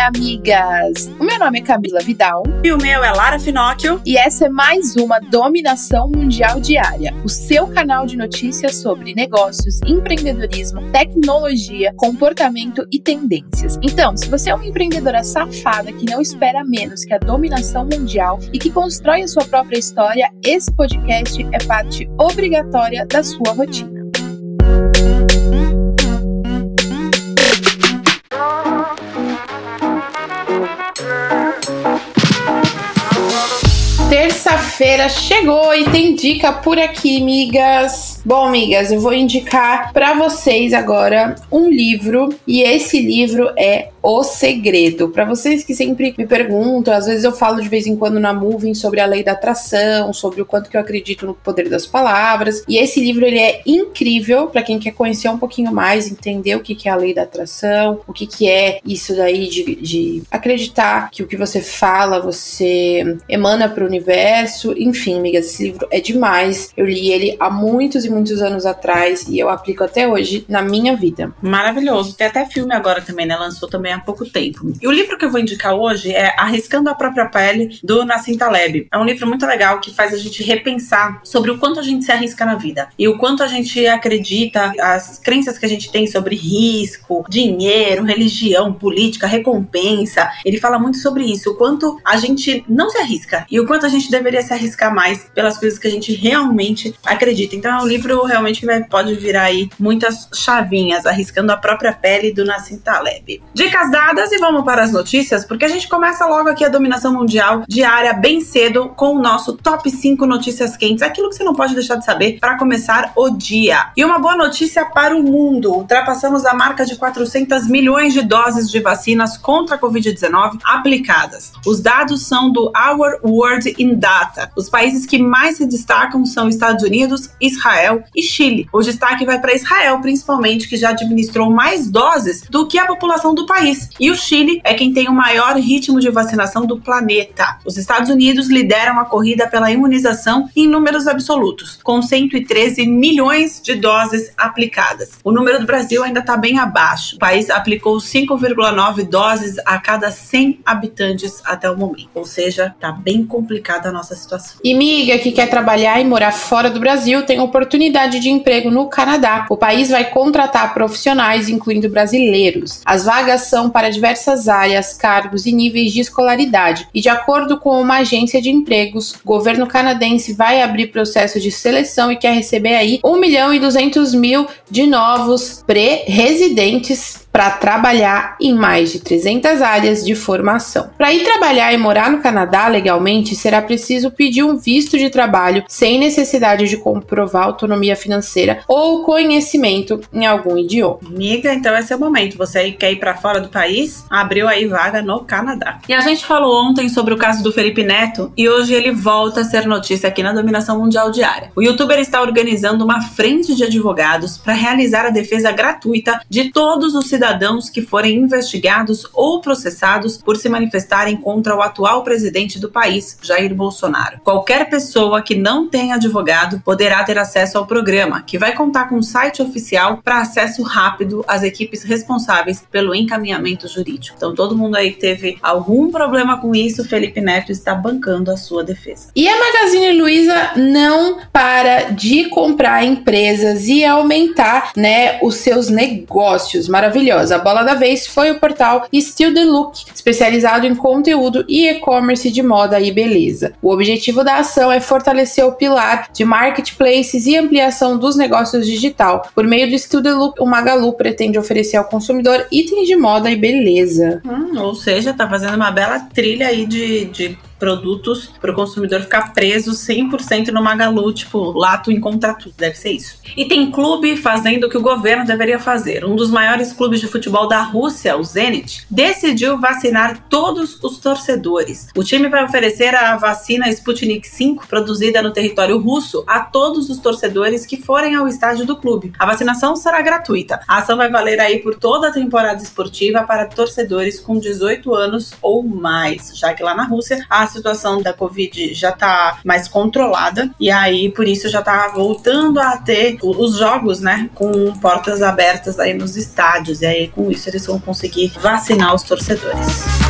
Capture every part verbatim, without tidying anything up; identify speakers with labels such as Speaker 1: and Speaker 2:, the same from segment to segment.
Speaker 1: amigas! O meu nome é Camila Vidal.
Speaker 2: E o meu é Lara Finocchio.
Speaker 1: E essa é mais uma Dominação Mundial Diária, o seu canal de notícias sobre negócios, empreendedorismo, tecnologia, comportamento e tendências. Então, se você é uma empreendedora safada que não espera menos que a dominação mundial e que constrói a sua própria história, esse podcast é parte obrigatória da sua rotina. Terça-feira chegou e tem dica por aqui, migas. Bom, migas, eu vou indicar para vocês agora um livro e esse livro é O Segredo. Para vocês que sempre me perguntam, às vezes eu falo de vez em quando na Moving sobre a lei da atração, sobre o quanto que eu acredito no poder das palavras. E esse livro ele é incrível para quem quer conhecer um pouquinho mais, entender o que que é a lei da atração, o que que é isso daí de, de acreditar que o que você fala você emana para o universo. Enfim, amigas, esse livro é demais. Eu li ele há muitos e muitos anos atrás e eu aplico até hoje na minha vida.
Speaker 2: Maravilhoso. Tem até filme agora também, né? Lançou também há pouco tempo. E o livro que eu vou indicar hoje é Arriscando a Própria Pele, do Nassim Taleb. É um livro muito legal que faz a gente repensar sobre o quanto a gente se arrisca na vida e o quanto a gente acredita, as crenças que a gente tem sobre risco, dinheiro, religião, política, recompensa. Ele fala muito sobre isso, o quanto a gente não se arrisca e o quanto a gente deveria se arriscar mais pelas coisas que a gente realmente acredita. Então é um livro realmente que vai, pode virar aí muitas chavinhas, Arriscando a Própria Pele, do Nassim Taleb. Dicas dadas e vamos para as notícias, porque a gente começa logo aqui a Dominação Mundial Diária bem cedo com o nosso top cinco notícias quentes, aquilo que você não pode deixar de saber para começar o dia. E uma boa notícia para o mundo: ultrapassamos a marca de quatrocentos milhões de doses de vacinas contra a covid dezenove aplicadas. Os dados são do Our World in Data. Os países que mais se destacam são Estados Unidos, Israel e Chile. O destaque vai para Israel, principalmente, que já administrou mais doses do que a população do país. E o Chile é quem tem o maior ritmo de vacinação do planeta. Os Estados Unidos lideram a corrida pela imunização em números absolutos, com cento e treze milhões de doses aplicadas. O número do Brasil ainda está bem abaixo. O país aplicou cinco vírgula nove doses a cada cem habitantes até o momento. Ou seja, está bem complicada a nossa situação.
Speaker 1: E miga que quer trabalhar e morar fora do Brasil tem oportunidade de emprego no Canadá. O país vai contratar profissionais, incluindo brasileiros. As vagas são para diversas áreas, cargos e níveis de escolaridade. E de acordo com uma agência de empregos, o governo canadense vai abrir processo de seleção e quer receber aí um milhão e duzentos mil de novos pré-residentes para trabalhar em mais de trezentas áreas de formação. Para ir trabalhar e morar no Canadá legalmente, será preciso pedir um visto de trabalho sem necessidade de comprovar autonomia financeira ou conhecimento em algum idioma.
Speaker 2: Amiga, então esse é o momento. Você quer ir para fora do país? Abriu aí vaga no Canadá. E a gente falou ontem sobre o caso do Felipe Neto e hoje ele volta a ser notícia aqui na Dominação Mundial Diária. O youtuber está organizando uma frente de advogados para realizar a defesa gratuita de todos os cidadãos cidadãos que forem investigados ou processados por se manifestarem contra o atual presidente do país, Jair Bolsonaro. Qualquer pessoa que não tenha advogado poderá ter acesso ao programa, que vai contar com um site oficial para acesso rápido às equipes responsáveis pelo encaminhamento jurídico. Então todo mundo aí que teve algum problema com isso, Felipe Neto está bancando a sua defesa.
Speaker 1: E a Magazine Luiza não para de comprar empresas e aumentar, né, os seus negócios. Maravilhoso. A bola da vez foi o portal Still The Look, especializado em conteúdo e e-commerce de moda e beleza. O objetivo da ação é fortalecer o pilar de marketplaces e ampliação dos negócios digital. Por meio do Still The Look, o Magalu pretende oferecer ao consumidor itens de moda e beleza.
Speaker 2: Hum, ou seja, tá fazendo uma bela trilha aí de... de... produtos para o consumidor ficar preso cem por cento no Magalu, tipo, lá tu encontra tudo, deve ser isso. E tem clube fazendo o que o governo deveria fazer. Um dos maiores clubes de futebol da Rússia, o Zenit, decidiu vacinar todos os torcedores. O time vai oferecer a vacina Sputnik cinco, produzida no território russo, a todos os torcedores que forem ao estádio do clube. A vacinação será gratuita. A ação vai valer aí por toda a temporada esportiva para torcedores com dezoito anos ou mais, já que lá na Rússia a situação da Covid já tá mais controlada e aí por isso já tá voltando a ter os jogos, né, com portas abertas aí nos estádios e aí com isso eles vão conseguir vacinar os torcedores.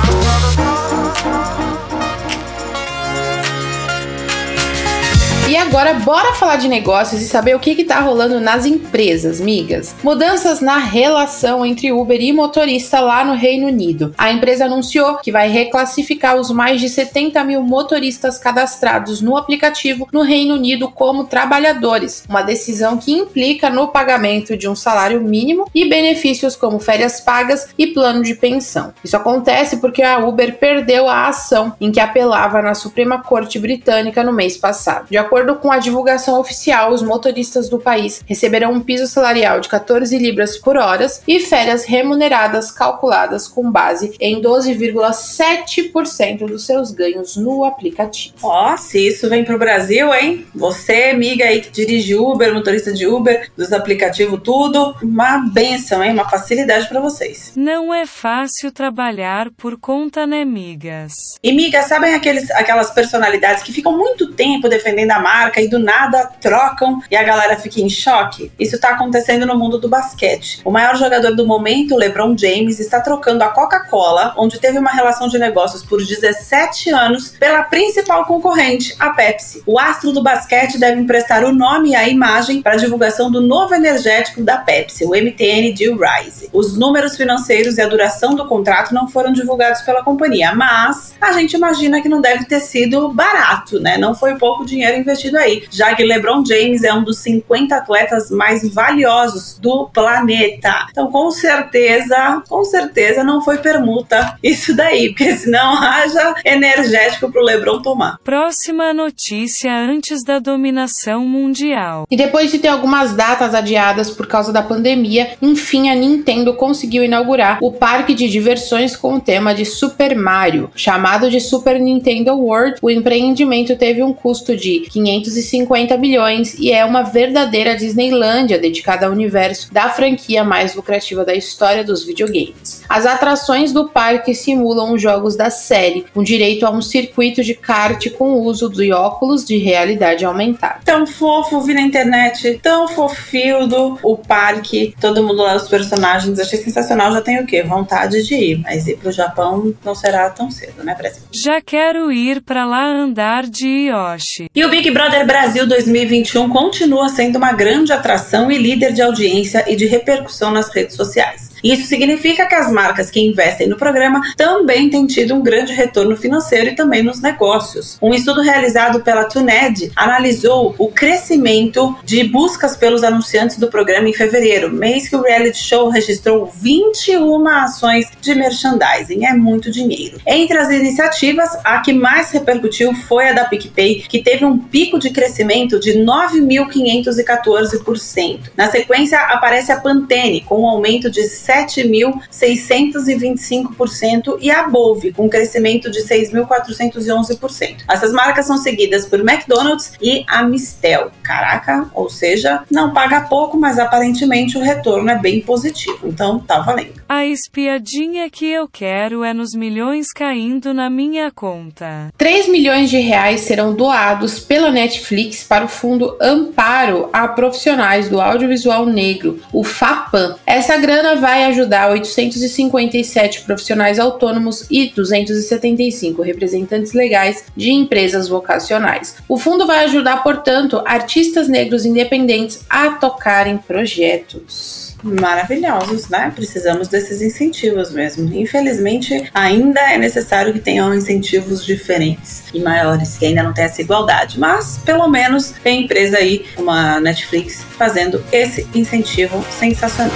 Speaker 1: E agora, bora falar de negócios e saber o que que tá rolando nas empresas, migas. Mudanças na relação entre Uber e motorista lá no Reino Unido. A empresa anunciou que vai reclassificar os mais de setenta mil motoristas cadastrados no aplicativo no Reino Unido como trabalhadores, uma decisão que implica no pagamento de um salário mínimo e benefícios como férias pagas e plano de pensão. Isso acontece porque a Uber perdeu a ação em que apelava na Suprema Corte Britânica no mês passado. De acordo com a divulgação oficial, os motoristas do país receberão um piso salarial de quatorze libras por hora e férias remuneradas calculadas com base em doze vírgula sete por cento dos seus ganhos no aplicativo.
Speaker 2: Ó, oh, se isso vem pro Brasil, hein? Você, amiga aí que dirige Uber, motorista de Uber, dos aplicativos, tudo, uma bênção, hein? Uma facilidade para vocês.
Speaker 3: Não é fácil trabalhar por conta, né, migas?
Speaker 2: E, migas, sabem aqueles, aquelas personalidades que ficam muito tempo defendendo a marca e do nada trocam e a galera fica em choque? Isso tá acontecendo no mundo do basquete. O maior jogador do momento, LeBron James, está trocando a Coca-Cola, onde teve uma relação de negócios por dezessete anos, pela principal concorrente, a Pepsi. O astro do basquete deve emprestar o nome e a imagem para a divulgação do novo energético da Pepsi, o M T N Dew Rise. Os números financeiros e a duração do contrato não foram divulgados pela companhia, mas a gente imagina que não deve ter sido barato, né? Não foi pouco dinheiro investido aí, já que LeBron James é um dos cinquenta atletas mais valiosos do planeta. Então, com certeza, com certeza não foi permuta isso daí, porque senão haja energético pro LeBron tomar.
Speaker 3: Próxima notícia antes da dominação mundial.
Speaker 1: E depois de ter algumas datas adiadas por causa da pandemia, enfim a Nintendo conseguiu inaugurar o parque de diversões com o tema de Super Mario. Chamado de Super Nintendo World, o empreendimento teve um custo de quinhentos e cinquenta milhões e é uma verdadeira Disneylândia dedicada ao universo da franquia mais lucrativa da história dos videogames. As atrações do parque simulam os jogos da série, com direito a um circuito de kart com o uso de óculos de realidade aumentada.
Speaker 2: Tão fofo, vi na internet, tão fofildo o parque, todo mundo lá, os personagens, achei sensacional. Já tenho o quê? Vontade de ir, mas ir pro Japão não será tão cedo, né, Brasil?
Speaker 3: Já quero ir pra lá andar de Yoshi.
Speaker 2: E o Big Brother Brasil dois mil e vinte e um continua sendo uma grande atração e líder de audiência e de repercussão nas redes sociais. Isso significa que as marcas que investem no programa também têm tido um grande retorno financeiro e também nos negócios. Um estudo realizado pela Tuned analisou o crescimento de buscas pelos anunciantes do programa em fevereiro, mês que o reality show registrou vinte e uma ações de merchandising. É muito dinheiro. Entre as iniciativas, a que mais repercutiu foi a da PicPay, que teve um pico de crescimento de nove mil quinhentos e quatorze por cento. Na sequência, aparece a Pantene, com um aumento de sete mil seiscentos e vinte e cinco por cento e a Bove, com um crescimento de seis mil quatrocentos e onze por cento. Essas marcas são seguidas por McDonald's e a Mistel. Caraca, ou seja, não paga pouco, mas aparentemente o retorno é bem positivo, então tá valendo.
Speaker 3: A espiadinha que eu quero é nos milhões caindo na minha conta.
Speaker 1: três milhões de reais serão doados pela Netflix para o Fundo Amparo a Profissionais do Audiovisual Negro, o FAPAM. Essa grana vai ajudar oitocentos e cinquenta e sete profissionais autônomos e duzentos e setenta e cinco representantes legais de empresas vocacionais. O fundo vai ajudar, portanto, artistas negros independentes a tocarem projetos.
Speaker 2: Maravilhosos, né? Precisamos desses incentivos mesmo. Infelizmente, ainda é necessário que tenham incentivos diferentes e maiores, que ainda não tem essa igualdade. Mas, pelo menos, tem empresa aí, uma Netflix, fazendo esse incentivo sensacional.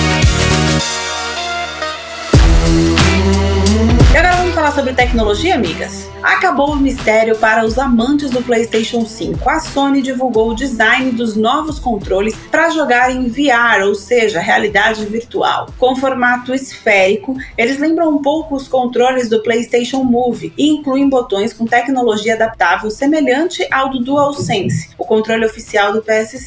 Speaker 2: E agora vamos falar sobre tecnologia, amigas? Acabou o mistério para os amantes do PlayStation cinco. A Sony divulgou o design dos novos controles para jogar em V R, ou seja, realidade virtual. Com formato esférico, eles lembram um pouco os controles do PlayStation Move e incluem botões com tecnologia adaptável semelhante ao do DualSense, o controle oficial do P S cinco.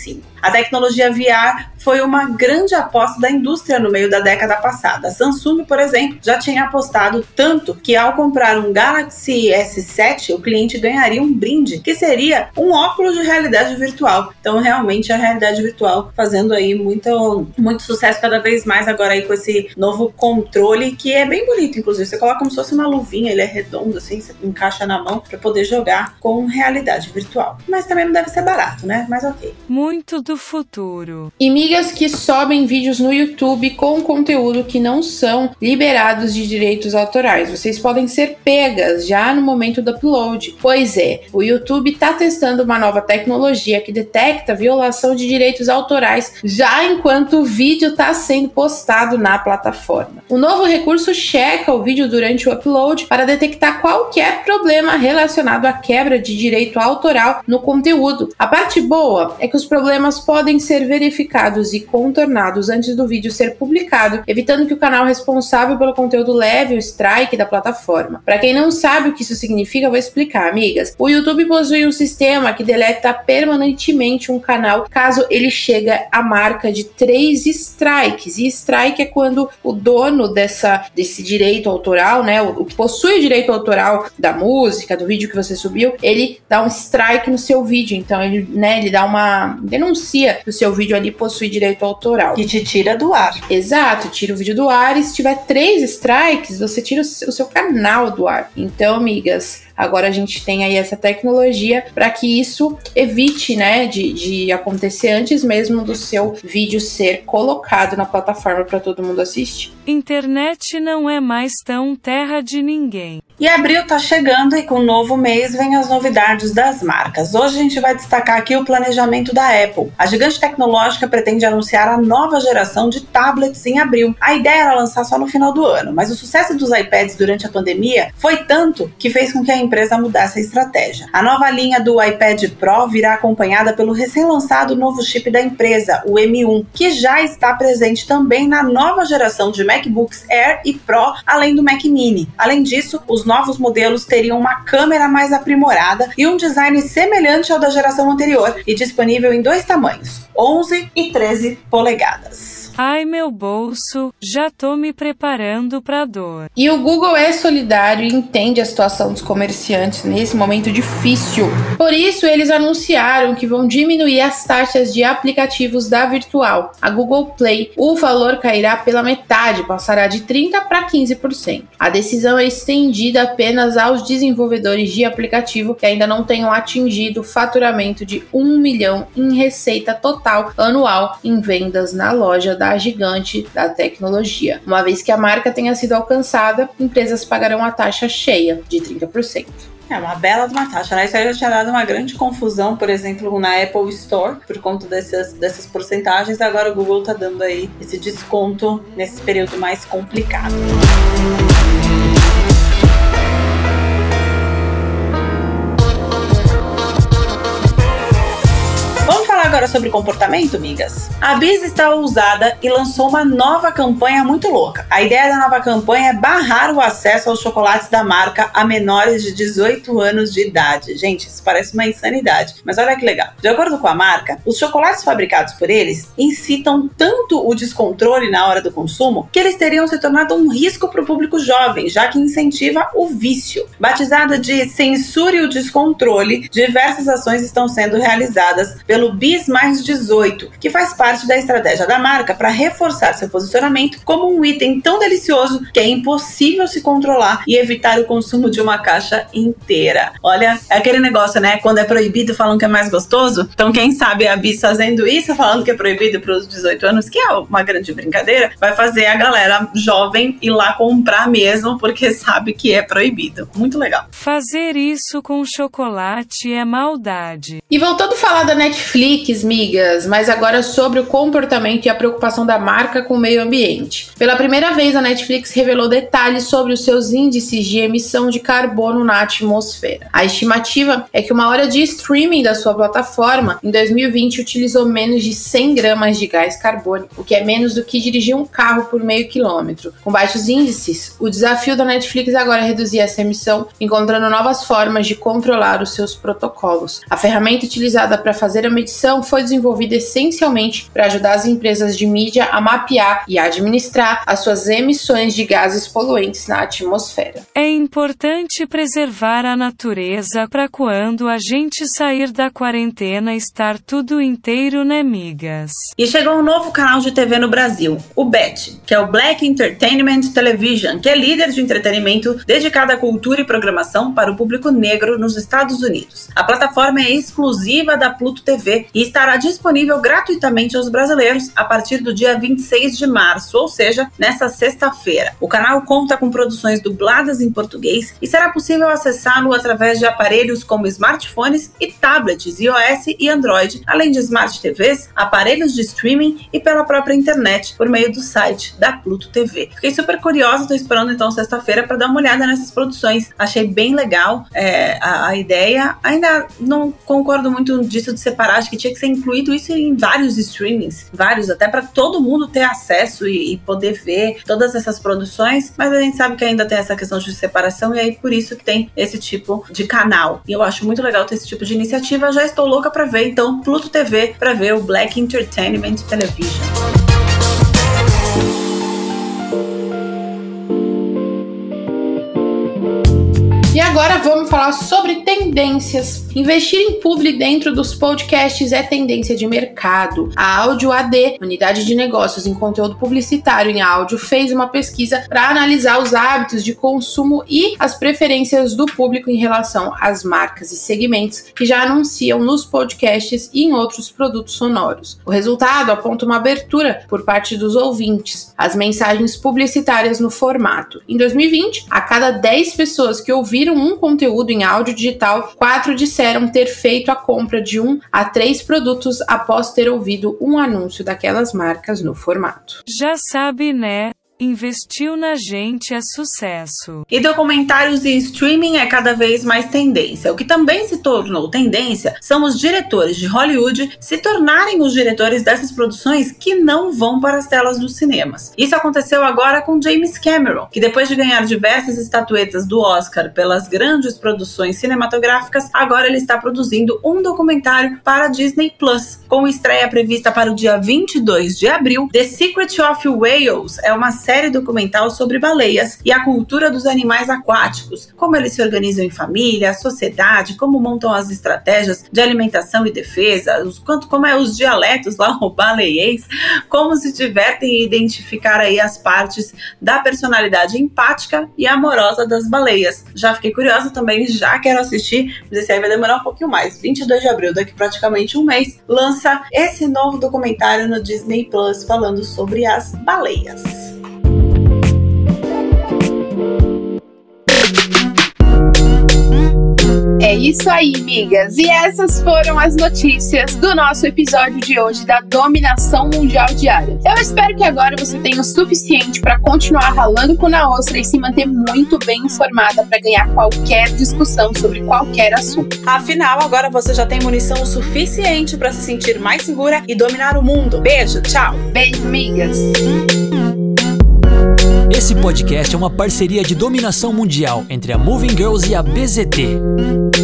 Speaker 2: A tecnologia V R foi uma grande aposta da indústria no meio da década passada. A Samsung, por exemplo, já tinha apostado tanto que ao comprar um Galaxy S sete, o cliente ganharia um brinde, que seria um óculos de realidade virtual. Então, realmente, a realidade virtual fazendo aí muito, muito sucesso cada vez mais agora aí com esse novo controle, que é bem bonito, inclusive. Você coloca como se fosse uma luvinha, ele é redondo, assim, você encaixa na mão para poder jogar com realidade virtual. Mas também não deve ser barato, né? Mas ok.
Speaker 3: Muito do futuro.
Speaker 1: E migas que sobem vídeos no YouTube com conteúdo que não são liberados de direitos autorais. Vocês podem ser pegas já no momento do upload. Pois é, o YouTube está testando uma nova tecnologia que detecta violação de direitos autorais já enquanto o vídeo está sendo postado na plataforma. O novo recurso checa o vídeo durante o upload para detectar qualquer problema relacionado à quebra de direito autoral no conteúdo. A parte boa é que os problemas podem ser verificados e contornados antes do vídeo ser publicado, evitando que o canal responsável pelo conteúdo leve o strike da plataforma. Para quem não sabe o que isso significa, eu vou explicar, amigas. O YouTube possui um sistema que deleta permanentemente um canal caso ele chegue à marca de três strikes. E strike é quando o dono dessa, desse direito autoral, né, o, o que possui o direito autoral da música, do vídeo que você subiu, ele dá um strike no seu vídeo. Então ele, né, ele dá uma denuncia que o seu vídeo ali possui direito autoral.
Speaker 2: E te tira do ar.
Speaker 1: Exato, tira o vídeo do ar, e se tiver três strikes, você tira o seu, o seu canal do ar. Então, amigas, agora a gente tem aí essa tecnologia para que isso evite, né, de, de acontecer antes mesmo do seu vídeo ser colocado na plataforma para todo mundo assistir.
Speaker 3: Internet não é mais tão terra de ninguém.
Speaker 2: E abril tá chegando e com o novo mês vem as novidades das marcas. Hoje a gente vai destacar aqui o planejamento da Apple. A gigante tecnológica pretende anunciar a nova geração de tablets em abril. A ideia era lançar só no final do ano, mas o sucesso dos iPads durante a pandemia foi tanto que fez com que a empresa mudasse a estratégia. A nova linha do iPad Pro virá acompanhada pelo recém-lançado novo chip da empresa, o M um, que já está presente também na nova geração de MacBooks Air e Pro, além do Mac Mini. Além disso, os novos modelos teriam uma câmera mais aprimorada e um design semelhante ao da geração anterior e disponível em dois tamanhos, onze e treze polegadas.
Speaker 3: Ai, meu bolso, já tô me preparando pra dor.
Speaker 1: E o Google é solidário e entende a situação dos comerciantes nesse momento difícil. Por isso, eles anunciaram que vão diminuir as taxas de aplicativos da Virtual, a Google Play. O valor cairá pela metade, passará de trinta por cento para quinze por cento. A decisão é estendida apenas aos desenvolvedores de aplicativo que ainda não tenham atingido o faturamento de um milhão em receita total anual em vendas na loja da gigante da tecnologia. Uma vez que a marca tenha sido alcançada, empresas pagarão a taxa cheia de trinta por cento.
Speaker 2: É uma bela de uma taxa, né? Isso aí já tinha dado uma grande confusão, por exemplo, na Apple Store, por conta dessas, dessas porcentagens. Agora o Google tá dando aí esse desconto nesse período mais complicado. Agora sobre comportamento, migas. A Bis está ousada e lançou uma nova campanha muito louca. A ideia da nova campanha é barrar o acesso aos chocolates da marca a menores de dezoito anos de idade. Gente, isso parece uma insanidade, mas olha que legal. De acordo com a marca, os chocolates fabricados por eles incitam tanto o descontrole na hora do consumo que eles teriam se tornado um risco para o público jovem, já que incentiva o vício. Batizada de Censure o Descontrole, diversas ações estão sendo realizadas pelo Bis mais dezoito, que faz parte da estratégia da marca para reforçar seu posicionamento como um item tão delicioso que é impossível se controlar e evitar o consumo de uma caixa inteira. Olha, é aquele negócio, né? Quando é proibido falam que é mais gostoso. Então quem sabe a Bis fazendo isso, falando que é proibido para os dezoito anos, que é uma grande brincadeira, vai fazer a galera jovem ir lá comprar mesmo, porque sabe que é proibido. Muito legal.
Speaker 3: Fazer isso com chocolate é maldade.
Speaker 1: E voltando a falar da Netflix, migas, mas agora sobre o comportamento e a preocupação da marca com o meio ambiente. Pela primeira vez, a Netflix revelou detalhes sobre os seus índices de emissão de carbono na atmosfera. A estimativa é que uma hora de streaming da sua plataforma em dois mil e vinte utilizou menos de cem gramas de gás carbônico, o que é menos do que dirigir um carro por meio quilômetro. Com baixos índices, o desafio da Netflix agora é reduzir essa emissão, encontrando novas formas de controlar os seus protocolos. A ferramenta ferramenta utilizada para fazer a medição foi desenvolvida essencialmente para ajudar as empresas de mídia a mapear e administrar as suas emissões de gases poluentes na atmosfera.
Speaker 3: É importante preservar a natureza para quando a gente sair da quarentena estar tudo inteiro, né, migas?
Speaker 2: E chegou um novo canal de T V no Brasil, o B E T, que é o Black Entertainment Television, que é líder de entretenimento dedicado à cultura e programação para o público negro nos Estados Unidos. A plataforma é exclusiva da Pluto T V e estará disponível gratuitamente aos brasileiros a partir do dia vinte e seis de março, ou seja, nesta sexta-feira. O canal conta com produções dubladas em português e será possível acessá-lo através de aparelhos como smartphones e tablets iOS e Android, além de Smart T Vs, aparelhos de streaming e pela própria internet, por meio do site da Pluto T V. Fiquei super curiosa, tô esperando então sexta-feira para dar uma olhada nessas produções. Achei bem legal é, a, a ideia. Ainda não concordo muito disso de separar, acho que tinha que ser incluído isso em vários streamings, vários, até para todo mundo ter acesso e, e poder ver todas essas produções, mas a gente sabe que ainda tem essa questão de separação e aí por isso que tem esse tipo de canal. E eu acho muito legal ter esse tipo de iniciativa, já estou louca para ver, então Pluto T V para ver o Black Entertainment Television.
Speaker 1: E agora vamos falar sobre tendências. Investir em publi dentro dos podcasts é tendência de mercado. A Áudio A D, unidade de negócios em conteúdo publicitário em áudio, fez uma pesquisa para analisar os hábitos de consumo e as preferências do público em relação às marcas e segmentos que já anunciam nos podcasts e em outros produtos sonoros. O resultado aponta uma abertura por parte dos ouvintes às mensagens publicitárias no formato. Em dois mil e vinte, a cada dez pessoas que ouviram um conteúdo em áudio digital, quatro disseram ter feito a compra de um a três produtos após ter ouvido um anúncio daquelas marcas no formato.
Speaker 3: Já sabe, né? Investiu na gente é sucesso.
Speaker 2: E documentários em streaming é cada vez mais tendência. O que também se tornou tendência são os diretores de Hollywood se tornarem os diretores dessas produções que não vão para as telas dos cinemas. Isso aconteceu agora com James Cameron, que depois de ganhar diversas estatuetas do Oscar pelas grandes produções cinematográficas, agora ele está produzindo um documentário para a Disney Plus. Com estreia prevista para o dia vinte e dois de abril, The Secret of Whales é uma série documental sobre baleias e a cultura dos animais aquáticos, como eles se organizam em família, a sociedade, como montam as estratégias de alimentação e defesa, os, quanto, como é os dialetos lá, o baleiês, como se divertem e identificar aí as partes da personalidade empática e amorosa das baleias. Já fiquei curiosa também, já quero assistir, mas esse aí vai demorar um pouquinho mais. vinte e dois de abril, daqui praticamente um mês, lança esse novo documentário no Disney Plus falando sobre as baleias.
Speaker 1: É isso aí, migas. E essas foram as notícias do nosso episódio de hoje da Dominação Mundial Diária. Eu espero que agora você tenha o suficiente para continuar ralando com na ostra e se manter muito bem informada para ganhar qualquer discussão sobre qualquer assunto.
Speaker 2: Afinal, agora você já tem munição o suficiente para se sentir mais segura e dominar o mundo. Beijo, tchau.
Speaker 1: Beijo, migas.
Speaker 4: Esse podcast é uma parceria de dominação mundial entre a Moving Girls e a B Z T.